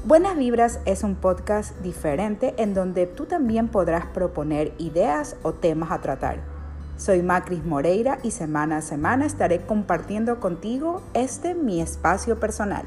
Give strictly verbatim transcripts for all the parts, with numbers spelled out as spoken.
Buenas Vibras es un podcast diferente en donde tú también podrás proponer ideas o temas a tratar. Soy Macris Moreira y semana a semana estaré compartiendo contigo este mi espacio personal.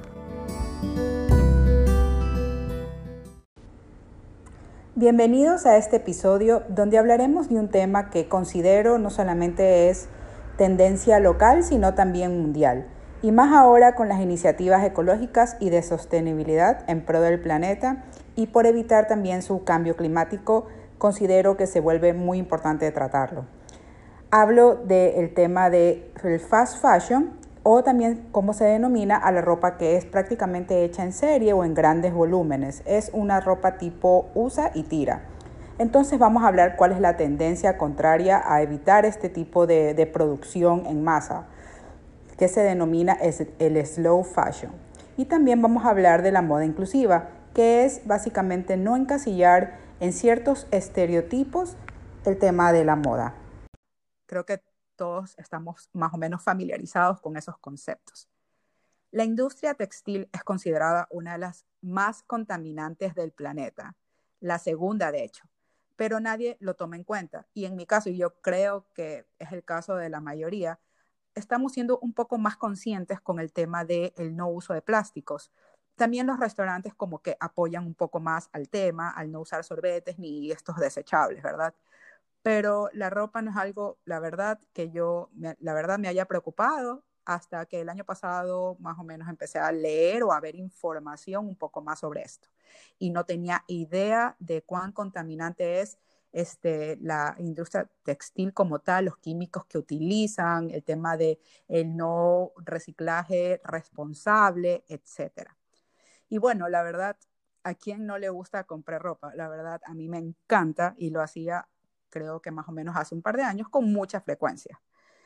Bienvenidos a este episodio donde hablaremos de un tema que considero no solamente es tendencia local, sino también mundial. Y más ahora con las iniciativas ecológicas y de sostenibilidad en pro del planeta y por evitar también su cambio climático, considero que se vuelve muy importante tratarlo. Hablo del tema del fast fashion o también cómo se denomina a la ropa que es prácticamente hecha en serie o en grandes volúmenes. Es una ropa tipo usa y tira. Entonces vamos a hablar cuál es la tendencia contraria a evitar este tipo de, de producción en masa, que se denomina el slow fashion. Y también vamos a hablar de la moda inclusiva, que es básicamente no encasillar en ciertos estereotipos el tema de la moda. Creo que todos estamos más o menos familiarizados con esos conceptos. La industria textil es considerada una de las más contaminantes del planeta, la segunda de hecho, pero nadie lo toma en cuenta. Y en mi caso, y yo creo que es el caso de la mayoría, estamos siendo un poco más conscientes con el tema del no uso de plásticos. También los restaurantes como que apoyan un poco más al tema, al no usar sorbetes ni estos desechables, ¿verdad? Pero la ropa no es algo, la verdad, que yo, la verdad, me haya preocupado hasta que el año pasado más o menos empecé a leer o a ver información un poco más sobre esto. Y no tenía idea de cuán contaminante es este, la industria textil como tal, los químicos que utilizan, el tema de el no reciclaje responsable, etcétera. Y bueno, la verdad, ¿a quién no le gusta comprar ropa? La verdad, a mí me encanta y lo hacía creo que más o menos hace un par de años con mucha frecuencia.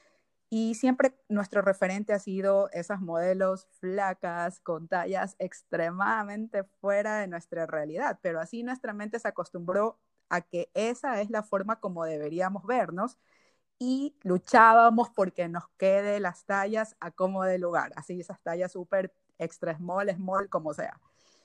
Y siempre nuestro referente ha sido esas modelos flacas con tallas extremadamente fuera de nuestra realidad, pero así nuestra mente se acostumbró a que esa es la forma como deberíamos vernos y luchábamos porque nos quede las tallas a como de lugar, así esas tallas súper extra small, small, como sea.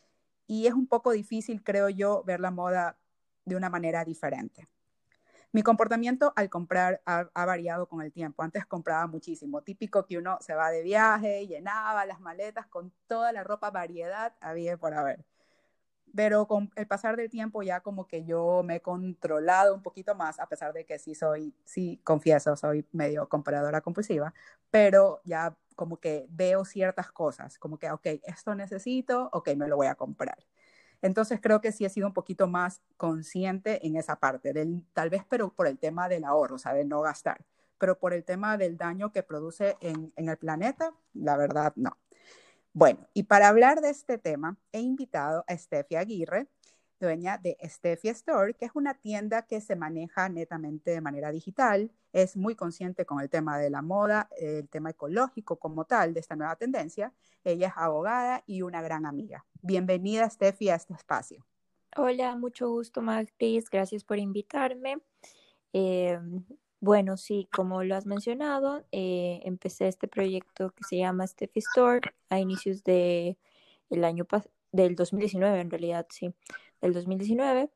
Y es un poco difícil, creo yo, ver la moda de una manera diferente. Mi comportamiento al comprar ha, ha variado con el tiempo. Antes compraba muchísimo. Típico que uno se va de viaje, llenaba las maletas con toda la ropa, variedad había por haber. Pero con el pasar del tiempo ya como que yo me he controlado un poquito más, a pesar de que sí soy, sí confieso, soy medio compradora compulsiva, pero ya como que veo ciertas cosas, como que, ok, esto necesito, ok, me lo voy a comprar. Entonces creo que sí he sido un poquito más consciente en esa parte, del, tal vez pero por el tema del ahorro, ¿sabes? No gastar, pero por el tema del daño que produce en, en el planeta, la verdad no. Bueno, y para hablar de este tema, he invitado a Steffi Aguirre, dueña de Steffi Store, que es una tienda que se maneja netamente de manera digital, es muy consciente con el tema de la moda, el tema ecológico como tal de esta nueva tendencia. Ella es abogada y una gran amiga. Bienvenida, Steffi, a este espacio. Hola, mucho gusto, Macris. Gracias por invitarme. Eh, bueno, sí, como lo has mencionado, eh, empecé este proyecto que se llama Steffi Store a inicios de el año pas- del dos mil diecinueve, en realidad, sí, del dos mil diecinueve.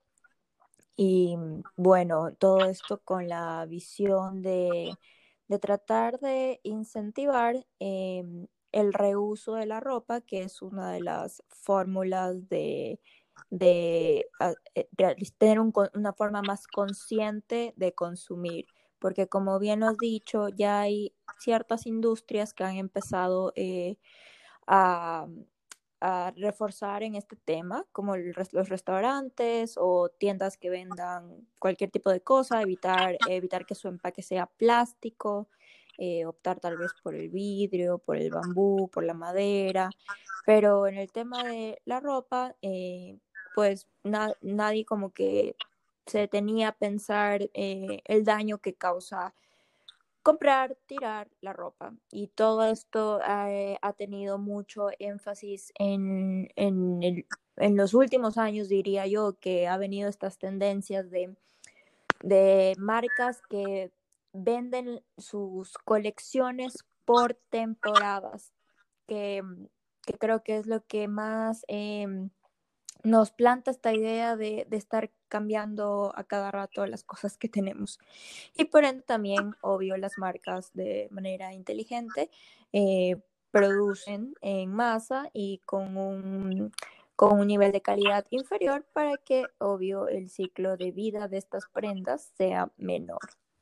Y bueno, todo esto con la visión de, de tratar de incentivar em, el reuso de la ropa, que es una de las fórmulas de, de a- eh, realiz- tener un con- una forma más consciente de consumir. Porque como bien lo has dicho, ya hay ciertas industrias que han empezado eh, a a reforzar en este tema, como el res- los restaurantes o tiendas que vendan cualquier tipo de cosa, evitar, evitar que su empaque sea plástico, eh, optar tal vez por el vidrio, por el bambú, por la madera, pero en el tema de la ropa, eh, pues na- nadie como que se detenía a pensar eh, el daño que causa comprar, tirar la ropa. Y todo esto eh, ha tenido mucho énfasis en, en, el- en los últimos años, diría yo, que ha venido estas tendencias de, de marcas que venden sus colecciones por temporadas, que que creo que es lo que más eh, nos planta esta idea de, de estar cambiando a cada rato las cosas que tenemos. Y por ende también, obvio, las marcas de manera inteligente eh, producen en masa y con un, con un nivel de calidad inferior para que, obvio, el ciclo de vida de estas prendas sea menor.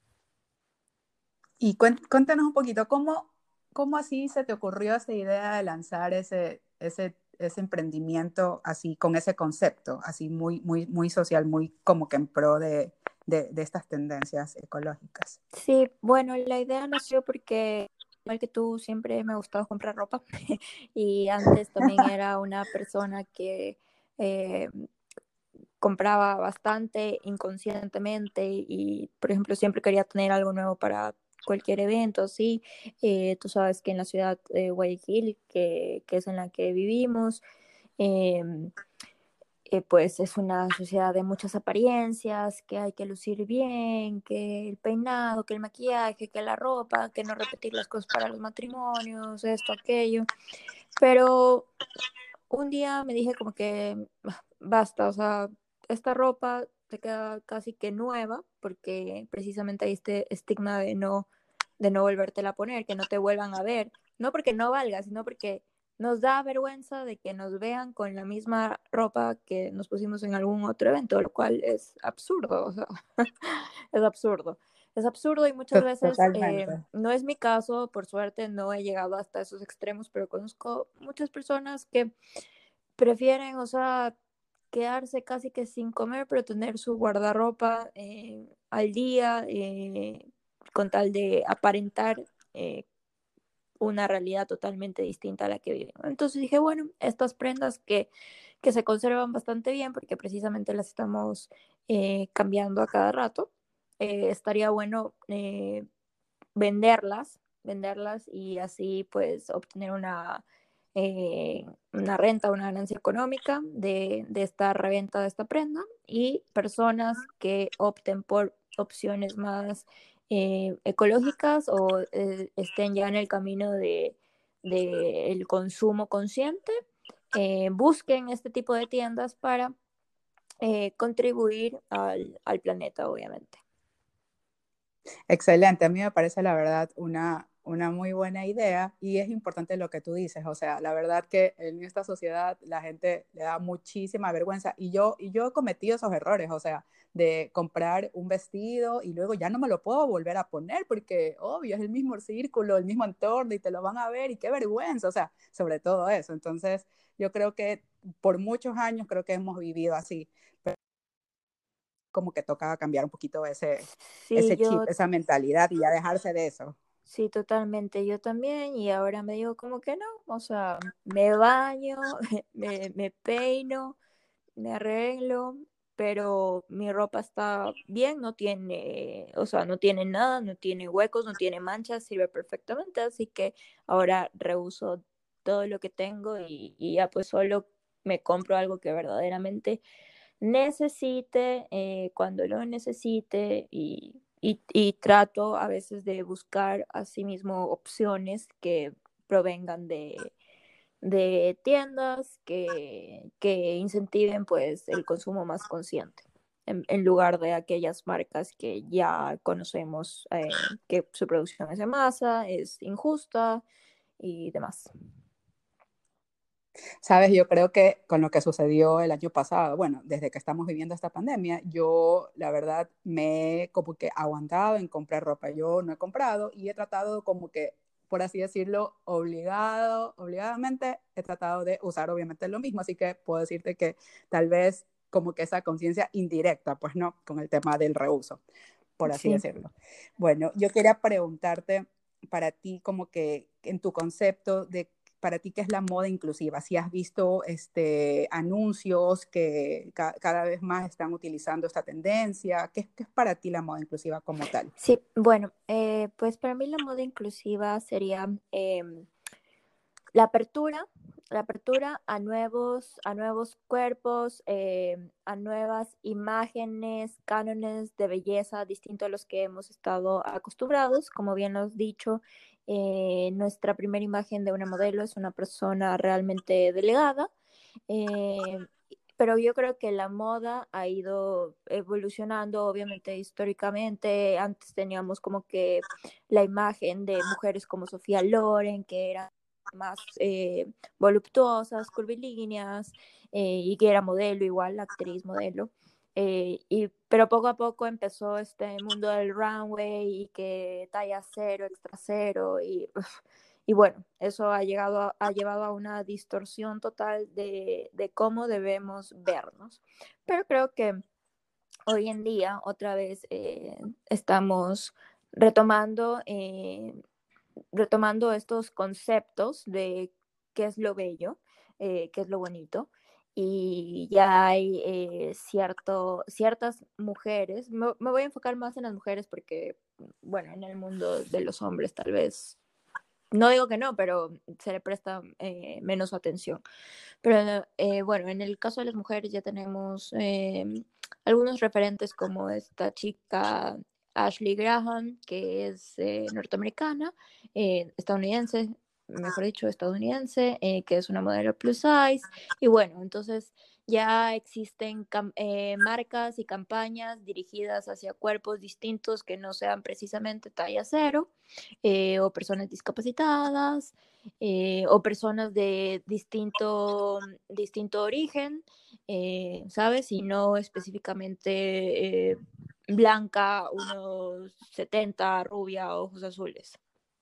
Y cuéntanos un poquito, ¿cómo, cómo así se te ocurrió esa idea de lanzar ese, ese, ese emprendimiento así, con ese concepto, así muy, muy, muy social, muy como que en pro de, de, de estas tendencias ecológicas? Sí, bueno, la idea nació porque, igual que tú, siempre me ha gustado comprar ropa y antes también era una persona que eh, compraba bastante inconscientemente y, por ejemplo, siempre quería tener algo nuevo para cualquier evento, sí. Eh, tú sabes que en la ciudad de Guayaquil, que, que es en la que vivimos, eh, eh, pues es una sociedad de muchas apariencias, que hay que lucir bien, que el peinado, que el maquillaje, que la ropa, que no repetir las cosas para los matrimonios, esto, aquello. Pero un día me dije como que "Ah, basta, o sea, esta ropa te queda casi que nueva, porque precisamente hay este estigma de no, de no volvértela a poner, que no te vuelvan a ver, no porque no valga, sino porque nos da vergüenza de que nos vean con la misma ropa que nos pusimos en algún otro evento, lo cual es absurdo, o sea, es absurdo. Es absurdo y muchas veces eh, Totalmente. no es mi caso, por suerte no he llegado hasta esos extremos, pero conozco muchas personas que prefieren, o sea, quedarse casi que sin comer, pero tener su guardarropa eh, al día, eh, con tal de aparentar eh, una realidad totalmente distinta a la que viven. Entonces dije, bueno, estas prendas que, que se conservan bastante bien, porque precisamente las estamos eh, cambiando a cada rato, eh, estaría bueno eh, venderlas, venderlas y así pues obtener una, eh, una renta, una ganancia económica de, de esta reventa de esta prenda y personas que opten por opciones más eh, ecológicas o eh, estén ya en el camino de, de el consumo consciente, eh, busquen este tipo de tiendas para eh, contribuir al, al planeta, obviamente. Excelente, a mí me parece la verdad una, una muy buena idea y es importante lo que tú dices, o sea, la verdad que en esta sociedad la gente le da muchísima vergüenza y yo, y yo he cometido esos errores, o sea, de comprar un vestido y luego ya no me lo puedo volver a poner porque obvio es el mismo círculo, el mismo entorno y te lo van a ver y qué vergüenza, o sea, sobre todo eso. Entonces, yo creo que por muchos años creo que hemos vivido así, pero como que tocaba cambiar un poquito ese, Sí, ese chip, yo esa mentalidad y ya dejarse de eso. Sí, totalmente, yo también, y ahora me digo como que no, o sea, me baño, me, me peino, me arreglo, pero mi ropa está bien, no tiene, o sea, no tiene nada, no tiene huecos, no tiene manchas, sirve perfectamente, así que ahora reuso todo lo que tengo y, y ya pues solo me compro algo que verdaderamente necesite, eh, cuando lo necesite y, y, y trato a veces de buscar asimismo opciones que provengan de, de tiendas que, que incentiven pues el consumo más consciente. En, en lugar de aquellas marcas que ya conocemos eh, que su producción es de masa, es injusta y demás. Sabes, yo creo que con lo que sucedió el año pasado, bueno, desde que estamos viviendo esta pandemia, yo la verdad me he como que aguantado en comprar ropa. Yo no he comprado y he tratado como que, por así decirlo, obligado, obligadamente, he tratado de usar obviamente lo mismo. Así que puedo decirte que tal vez como que esa conciencia indirecta, pues no, con el tema del reuso, por así Sí. decirlo. Bueno, yo quería preguntarte para ti como que en tu concepto de para ti qué es la moda inclusiva, si has visto este, anuncios que ca cada vez más están utilizando esta tendencia, ¿qué, qué es para ti la moda inclusiva como tal? Sí, bueno, eh, pues para mí la moda inclusiva sería eh, la apertura, la apertura a nuevos, a nuevos cuerpos, eh, a nuevas imágenes, cánones de belleza distintos a los que hemos estado acostumbrados, como bien lo has dicho, Eh, nuestra primera imagen de una modelo es una persona realmente delgada, eh, pero yo creo que la moda ha ido evolucionando, obviamente históricamente. Antes teníamos como que la imagen de mujeres como Sofía Loren, que eran más eh, voluptuosas, curvilíneas, eh, y que era modelo igual, actriz modelo. Eh, y, pero poco a poco empezó este mundo del runway y que talla cero, extra cero y, uf, y bueno, eso ha, llegado a, ha llevado a una distorsión total de, de cómo debemos vernos. Pero creo que hoy en día otra vez eh, estamos retomando, eh, retomando estos conceptos de qué es lo bello, eh, qué es lo bonito. Y ya hay eh, cierto, ciertas mujeres, me, me voy a enfocar más en las mujeres porque, bueno, en el mundo de los hombres tal vez, no digo que no, pero se le presta eh, menos atención. Pero eh, bueno, en el caso de las mujeres ya tenemos eh, algunos referentes como esta chica Ashley Graham, que es eh, norteamericana, eh, estadounidense, mejor dicho, estadounidense, eh, que es una modelo plus size. Y bueno, entonces ya existen eh, marcas y campañas dirigidas hacia cuerpos distintos que no sean precisamente talla cero, eh, o personas discapacitadas, eh, o personas de distinto, distinto origen, eh, ¿sabes? Y no específicamente eh, blanca, unos setenta, rubia, ojos azules.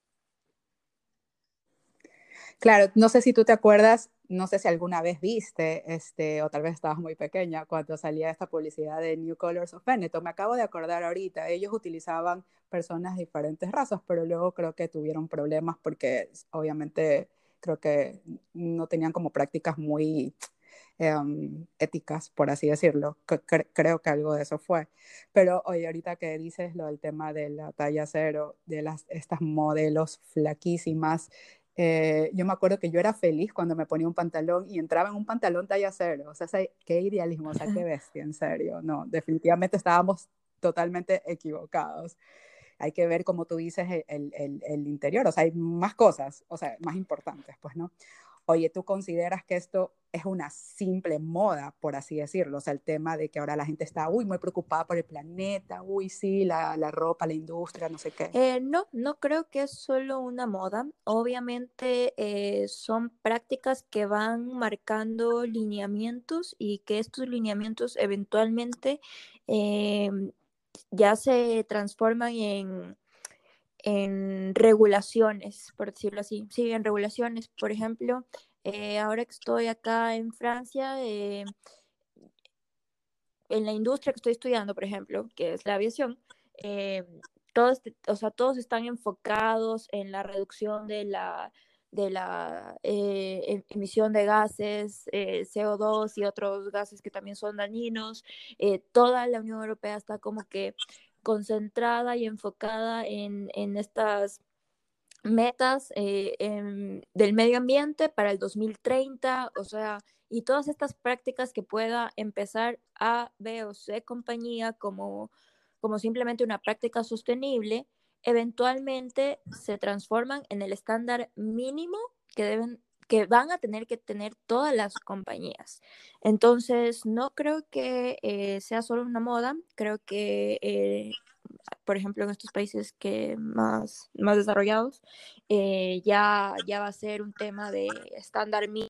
Claro, no sé si tú te acuerdas, no sé si alguna vez viste, este, o tal vez estabas muy pequeña cuando salía esta publicidad de New Colors of Benetton. Me acabo de acordar ahorita, ellos utilizaban personas de diferentes razas, pero luego creo que tuvieron problemas porque obviamente creo que no tenían como prácticas muy um, éticas, por así decirlo. C creo que algo de eso fue. Pero oye, ahorita que dices lo del tema de la talla cero, de las, estas modelos flaquísimas, eh, yo me acuerdo que yo era feliz cuando me ponía un pantalón y entraba en un pantalón talla cero. O sea, qué idealismo, o sea, qué bestia, en serio. No, definitivamente estábamos totalmente equivocados. Hay que ver, como tú dices, el, el, el interior. O sea, hay más cosas, o sea, más importantes, pues, ¿no? Oye, ¿tú consideras que esto es una simple moda, por así decirlo? O sea, el tema de que ahora la gente está, uy, muy preocupada por el planeta, uy, sí, la, la ropa, la industria, no sé qué. Eh, no, no creo que es solo una moda. Obviamente eh, son prácticas que van marcando lineamientos y que estos lineamientos eventualmente eh, ya se transforman en, en regulaciones, por decirlo así. Sí, en regulaciones. Por ejemplo, eh, ahora que estoy acá en Francia, eh, en la industria que estoy estudiando, por ejemplo, que es la aviación, eh, todos, o sea, todos están enfocados en la reducción de la, de la eh, em, emisión de gases, eh, C O dos y otros gases que también son dañinos. Eh, toda la Unión Europea está como que concentrada y enfocada en, en estas metas eh, en, del medio ambiente para el dos mil treinta, o sea, y todas estas prácticas que pueda empezar A, B o C compañía como, como simplemente una práctica sostenible, eventualmente se transforman en el estándar mínimo que deben que van a tener que tener todas las compañías. Entonces, no creo que eh, sea solo una moda, creo que eh, por ejemplo, en estos países que más, más desarrollados, eh, ya, ya va a ser un tema de estándar mínimo.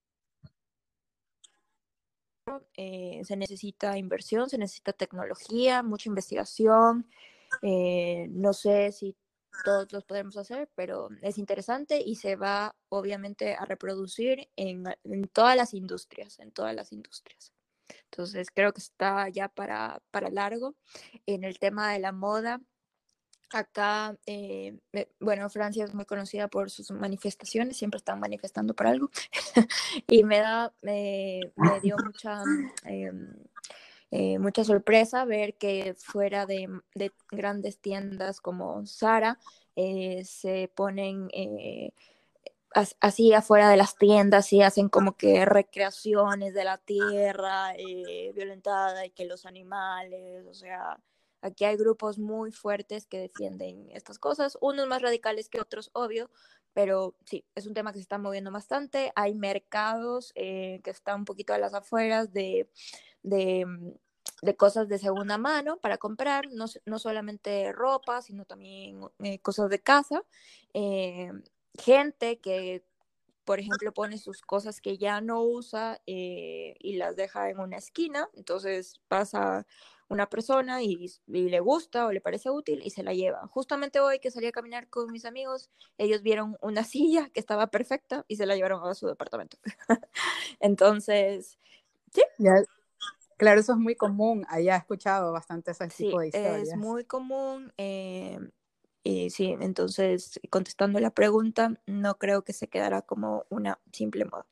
Eh, se necesita inversión, se necesita tecnología, mucha investigación. Eh, no sé si todos los podemos hacer, pero es interesante y se va obviamente a reproducir en, en todas las industrias, en todas las industrias. Entonces creo que está ya para, para largo. En el tema de la moda, acá, eh, bueno, Francia es muy conocida por sus manifestaciones, siempre están manifestando por algo. Y me, da, me, me dio mucha, eh, eh, mucha sorpresa ver que fuera de, de grandes tiendas como Zara, eh, se ponen eh, así afuera de las tiendas y hacen como que recreaciones de la tierra eh, violentada y que los animales, o sea, aquí hay grupos muy fuertes que defienden estas cosas, unos más radicales que otros, obvio, pero sí, es un tema que se está moviendo bastante. Hay mercados eh, que están un poquito a las afueras de, de, de cosas de segunda mano para comprar, no, no solamente ropa, sino también eh, cosas de casa. Eh, gente que, por ejemplo, pone sus cosas que ya no usa eh, y las deja en una esquina, entonces pasa una persona y, y, le gusta o le parece útil y se la lleva. Justamente hoy que salí a caminar con mis amigos, ellos vieron una silla que estaba perfecta y se la llevaron a su departamento. Entonces, sí. Ya, claro, eso es muy común. Allá he escuchado bastante ese tipo Sí, de es historias. muy común. Eh, y sí, entonces, contestando la pregunta, no creo que se quedará como una simple moda.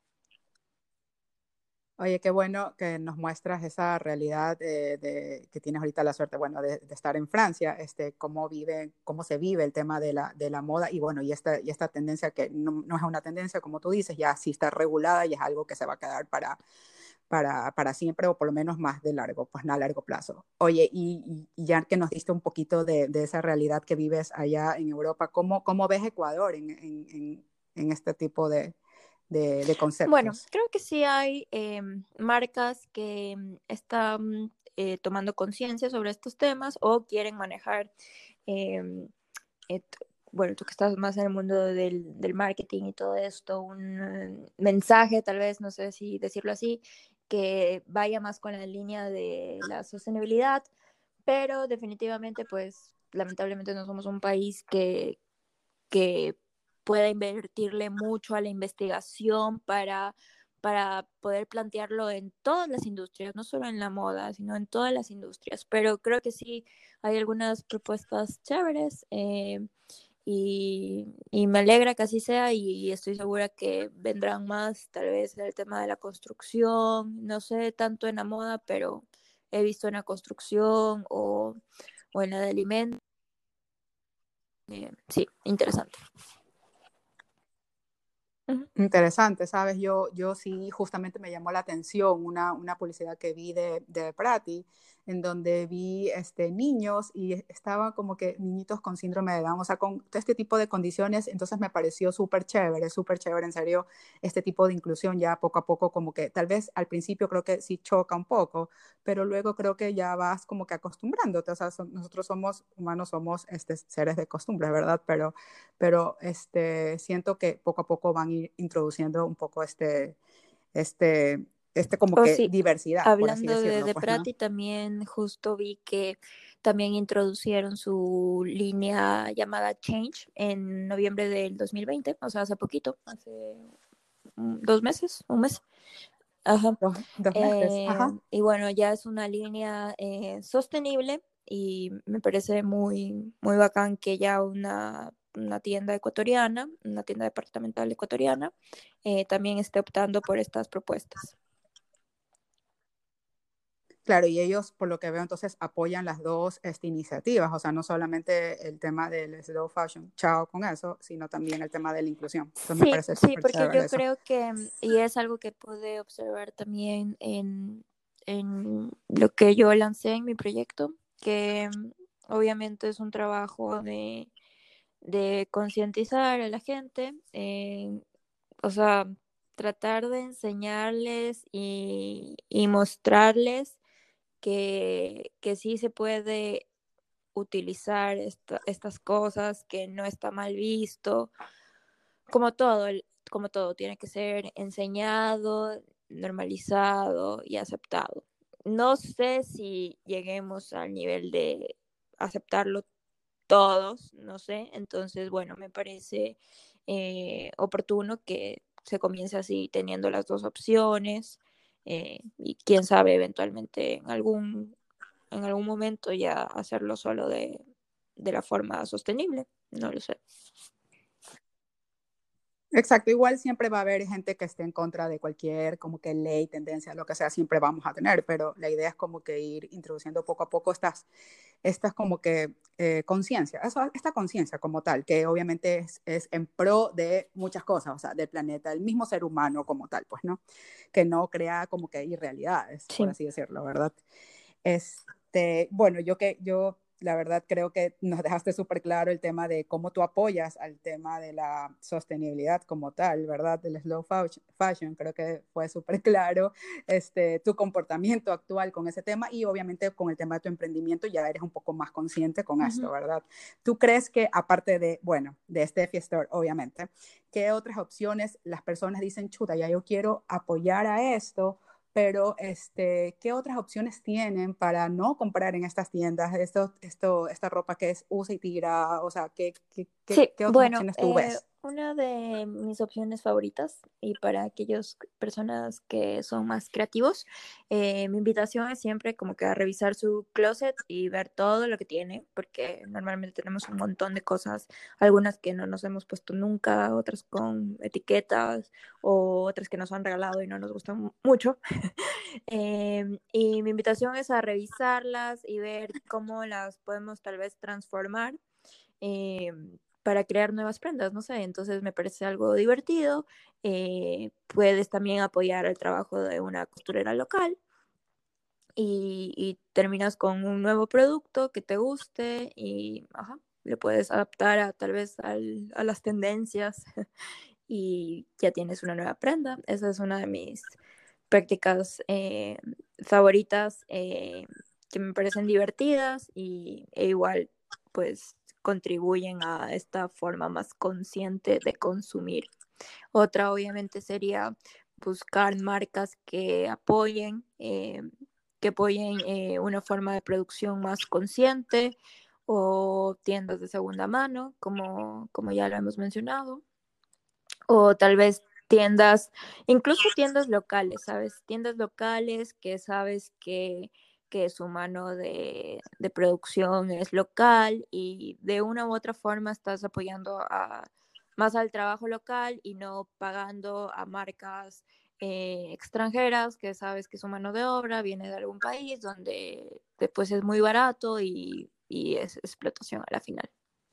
Oye, qué bueno que nos muestras esa realidad de, de, que tienes ahorita la suerte, bueno, de, de, estar en Francia, este, cómo vive, cómo se vive el tema de la, de la moda y bueno, y esta, y esta tendencia que no, no es una tendencia, como tú dices, ya sí está regulada y es algo que se va a quedar para, para, para siempre o por lo menos más de largo, pues nada, a largo plazo. Oye, y, y ya que nos diste un poquito de, de esa realidad que vives allá en Europa, ¿cómo, cómo ves Ecuador en, en, en, en este tipo de, de, de Bueno, conceptos? creo que sí hay eh, marcas que están eh, tomando conciencia sobre estos temas o quieren manejar, eh, et, bueno, tú que estás más en el mundo del, del marketing y todo esto, un uh, mensaje tal vez, no sé si decirlo así, que vaya más con la línea de la sostenibilidad, pero definitivamente, pues, lamentablemente no somos un país que, que pueda invertirle mucho a la investigación para, para poder plantearlo en todas las industrias, no solo en la moda, sino en todas las industrias. Pero creo que sí hay algunas propuestas chéveres eh, y, y, me alegra que así sea y estoy segura que vendrán más, tal vez en el tema de la construcción, no sé tanto en la moda, pero he visto en la construcción o, o en la de alimentos. Eh, sí, interesante. Uh-huh. Interesante, ¿sabes? Yo, yo sí, justamente me llamó la atención una, una publicidad que vi de, de Prati, en donde vi este, niños y estaban como que niñitos con síndrome de Down, o sea, con este tipo de condiciones, entonces me pareció súper chévere, súper chévere, en serio, este tipo de inclusión ya poco a poco, como que tal vez al principio creo que sí choca un poco, pero luego creo que ya vas como que acostumbrándote, o sea, son, nosotros somos humanos, somos este, seres de costumbre, ¿verdad? Pero, pero este, siento que poco a poco van a ir introduciendo un poco este, este, este como Oh, que sí, diversidad, por así hablando de, decirlo, de pues, ¿no? Prati, también justo vi que también introducieron su línea llamada Change en noviembre del dos mil veinte, o sea, hace poquito, hace um, dos meses, un mes. Ajá. Dos, dos meses, Eh, ajá. y bueno, ya es una línea eh, sostenible y me parece muy, muy bacán que ya una, una tienda ecuatoriana, una tienda departamental ecuatoriana, eh, también esté optando por estas propuestas. Claro, y ellos, por lo que veo, entonces apoyan las dos este, iniciativas, o sea, no solamente el tema del slow fashion, chao con eso, sino también el tema de la inclusión. Entonces me Sí, parece sí, súper porque chévere yo eso. creo que, y es algo que pude observar también en, en lo que yo lancé en mi proyecto, que mm, obviamente es un trabajo de, de concientizar a la gente, eh, o sea, tratar de enseñarles y, y mostrarles que, que sí se puede utilizar esta- estas cosas, que no está mal visto como todo, como todo, tiene que ser enseñado, normalizado y aceptado. No sé si lleguemos al nivel de aceptarlo todos, no sé. Entonces, bueno, me parece eh, oportuno que se comience así teniendo las dos opciones eh, y quién sabe eventualmente en algún, en algún momento ya hacerlo solo de, de la forma sostenible, no lo sé. Exacto, igual siempre va a haber gente que esté en contra de cualquier como que ley, tendencia, lo que sea, siempre vamos a tener, pero la idea es como que ir introduciendo poco a poco estas, estas como que eh, conciencia, esta conciencia como tal, que obviamente es, es en pro de muchas cosas, o sea, del planeta, del mismo ser humano como tal, pues, ¿no? Que no crea como que irrealidades, por Sí. así decirlo, ¿verdad? Es, Este, bueno, yo que yo la verdad creo que nos dejaste súper claro el tema de cómo tú apoyas al tema de la sostenibilidad como tal, ¿verdad? Del slow fashion, creo que fue súper claro este, tu comportamiento actual con ese tema y obviamente con el tema de tu emprendimiento ya eres un poco más consciente con Ujú. esto, ¿verdad? ¿Tú crees que aparte de, bueno, de Steffi Store, obviamente, qué otras opciones las personas dicen, chuta, ya yo quiero apoyar a esto? Pero este, ¿qué otras opciones tienen para no comprar en estas tiendas esto, esto, esta ropa que es usa y tira? O sea, ¿qué, qué, qué, Sí, qué otras bueno, opciones tú eh, ves? una de mis opciones favoritas y para aquellas personas que son más creativos, eh, mi invitación es siempre como que a revisar su closet y ver todo lo que tiene, porque normalmente tenemos un montón de cosas, algunas que no nos hemos puesto nunca, otras con etiquetas o otras que nos han regalado y no nos gustan mucho. Eh, y mi invitación es a revisarlas y ver cómo las podemos tal vez transformar eh, para crear nuevas prendas, no sé, entonces me parece algo divertido. Eh, puedes también apoyar el trabajo de una costurera local y, y terminas con un nuevo producto que te guste y ajá, le puedes adaptar a tal vez al, a las tendencias y ya tienes una nueva prenda. Esa es una de mis prácticas eh, favoritas eh, que me parecen divertidas y e igual pues contribuyen a esta forma más consciente de consumir. Otra obviamente sería buscar marcas que apoyen, eh, que apoyen eh, una forma de producción más consciente o tiendas de segunda mano, como, como ya lo hemos mencionado o tal vez tiendas, incluso tiendas locales, ¿sabes? Tiendas locales que sabes que, que su mano de, de producción es local y de una u otra forma estás apoyando a, más al trabajo local y no pagando a marcas eh, extranjeras que sabes que su mano de obra viene de algún país donde después es muy barato y, y es explotación a la final.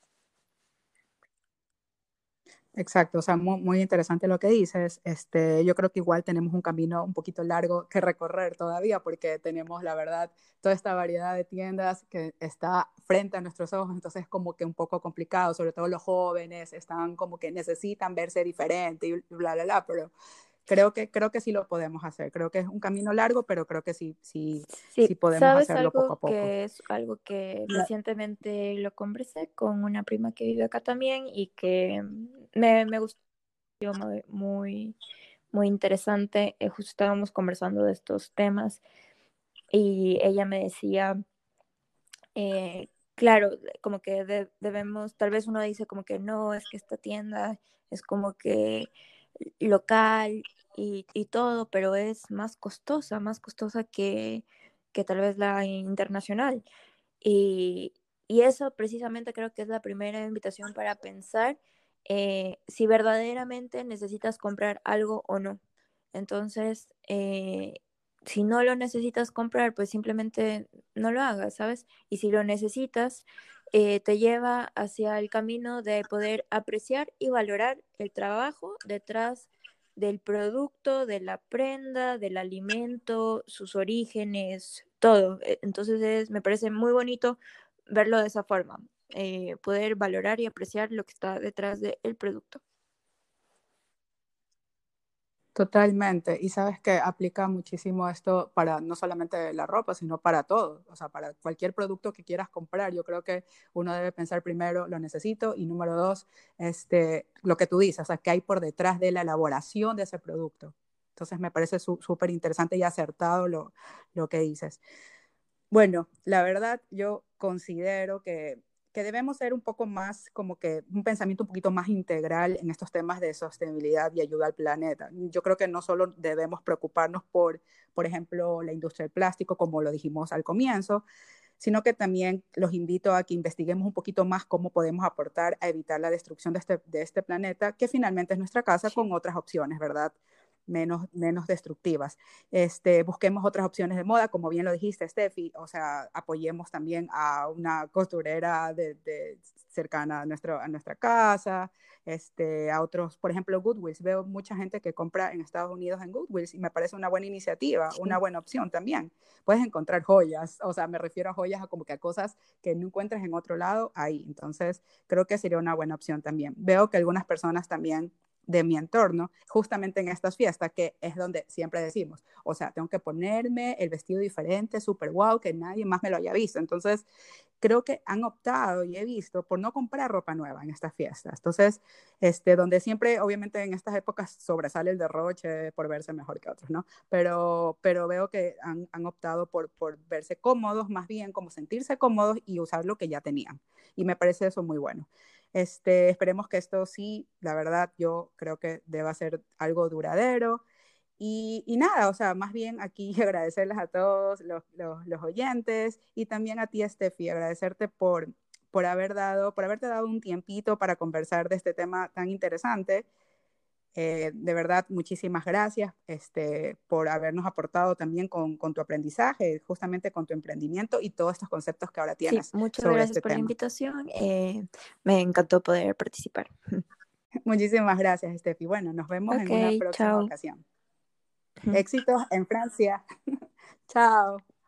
Exacto, o sea, muy, muy interesante lo que dices. Este, yo creo que igual tenemos un camino un poquito largo que recorrer todavía porque tenemos, la verdad, toda esta variedad de tiendas que está frente a nuestros ojos, entonces es como que un poco complicado, sobre todo los jóvenes están como que necesitan verse diferente y bla, bla, bla, pero creo que, creo que sí lo podemos hacer. Creo que es un camino largo, pero creo que sí, sí, sí Sí, podemos ¿sabes hacerlo poco algo a poco. que es algo que La- recientemente lo conversé con una prima que vive acá también y que me, me gustó muy, muy, muy interesante? Eh, justo estábamos conversando de estos temas y ella me decía, eh, claro, como que de- debemos, tal vez uno dice como que no, es que esta tienda es como que local y, y todo, pero es más costosa, más costosa que, que tal vez la internacional. Y, y eso precisamente creo que es la primera invitación para pensar eh, si verdaderamente necesitas comprar algo o no. Entonces, eh, si no lo necesitas comprar, pues simplemente no lo hagas, ¿sabes? Y si lo necesitas, eh, te lleva hacia el camino de poder apreciar y valorar el trabajo detrás del producto, de la prenda, del alimento, sus orígenes, todo. Eh, Entonces es, me parece muy bonito verlo de esa forma, eh, poder valorar y apreciar lo que está detrás del producto. Totalmente. Y sabes que aplica muchísimo esto para no solamente la ropa, sino para todo. O sea, para cualquier producto que quieras comprar. Yo creo que uno debe pensar primero, lo necesito, y número dos, este, lo que tú dices, o sea, qué hay por detrás de la elaboración de ese producto. Entonces me parece súper interesante y acertado lo, lo que dices. Bueno, la verdad yo considero que, que debemos ser un poco más, como que un pensamiento un poquito más integral en estos temas de sostenibilidad y ayuda al planeta. Yo creo que no solo debemos preocuparnos por, por ejemplo, la industria del plástico, como lo dijimos al comienzo, sino que también los invito a que investiguemos un poquito más cómo podemos aportar a evitar la destrucción de este, de este planeta, que finalmente es nuestra casa, Sí. con otras opciones, ¿verdad? menos, menos destructivas. Este, busquemos otras opciones de moda, como bien lo dijiste, Steffi, o sea, apoyemos también a una costurera de, de cercana a, nuestro, a nuestra casa, este, a otros, por ejemplo, Goodwills. Veo mucha gente que compra en Estados Unidos en Goodwills y me parece una buena iniciativa, una Sí. buena opción también. Puedes encontrar joyas, o sea, me refiero a joyas, a como que a cosas que no encuentres en otro lado, ahí. Entonces, creo que sería una buena opción también. Veo que algunas personas también de mi entorno, justamente en estas fiestas, que es donde siempre decimos, o sea, tengo que ponerme el vestido diferente, súper guau, que nadie más me lo haya visto. Entonces, creo que han optado y he visto por no comprar ropa nueva en estas fiestas. Entonces, este, donde siempre, obviamente en estas épocas sobresale el derroche por verse mejor que otros, ¿no? Pero, pero veo que han, han optado por, por verse cómodos, más bien como sentirse cómodos y usar lo que ya tenían. Y me parece eso muy bueno. Este, esperemos que esto sí, la verdad, yo creo que deba ser algo duradero. Y, y nada, o sea, más bien aquí agradecerles a todos los, los, los oyentes y también a ti, Steffi, agradecerte por, por, haber dado, por haberte dado un tiempito para conversar de este tema tan interesante. Eh, de verdad, muchísimas gracias este, por habernos aportado también con, con tu aprendizaje, justamente con tu emprendimiento y todos estos conceptos que ahora Sí, tienes muchas sobre gracias este por la tema. invitación. Eh, me encantó poder participar. Muchísimas gracias, Steffi. Bueno, nos vemos en una Ok, próxima chao. ocasión. Éxitos en Francia. Chao.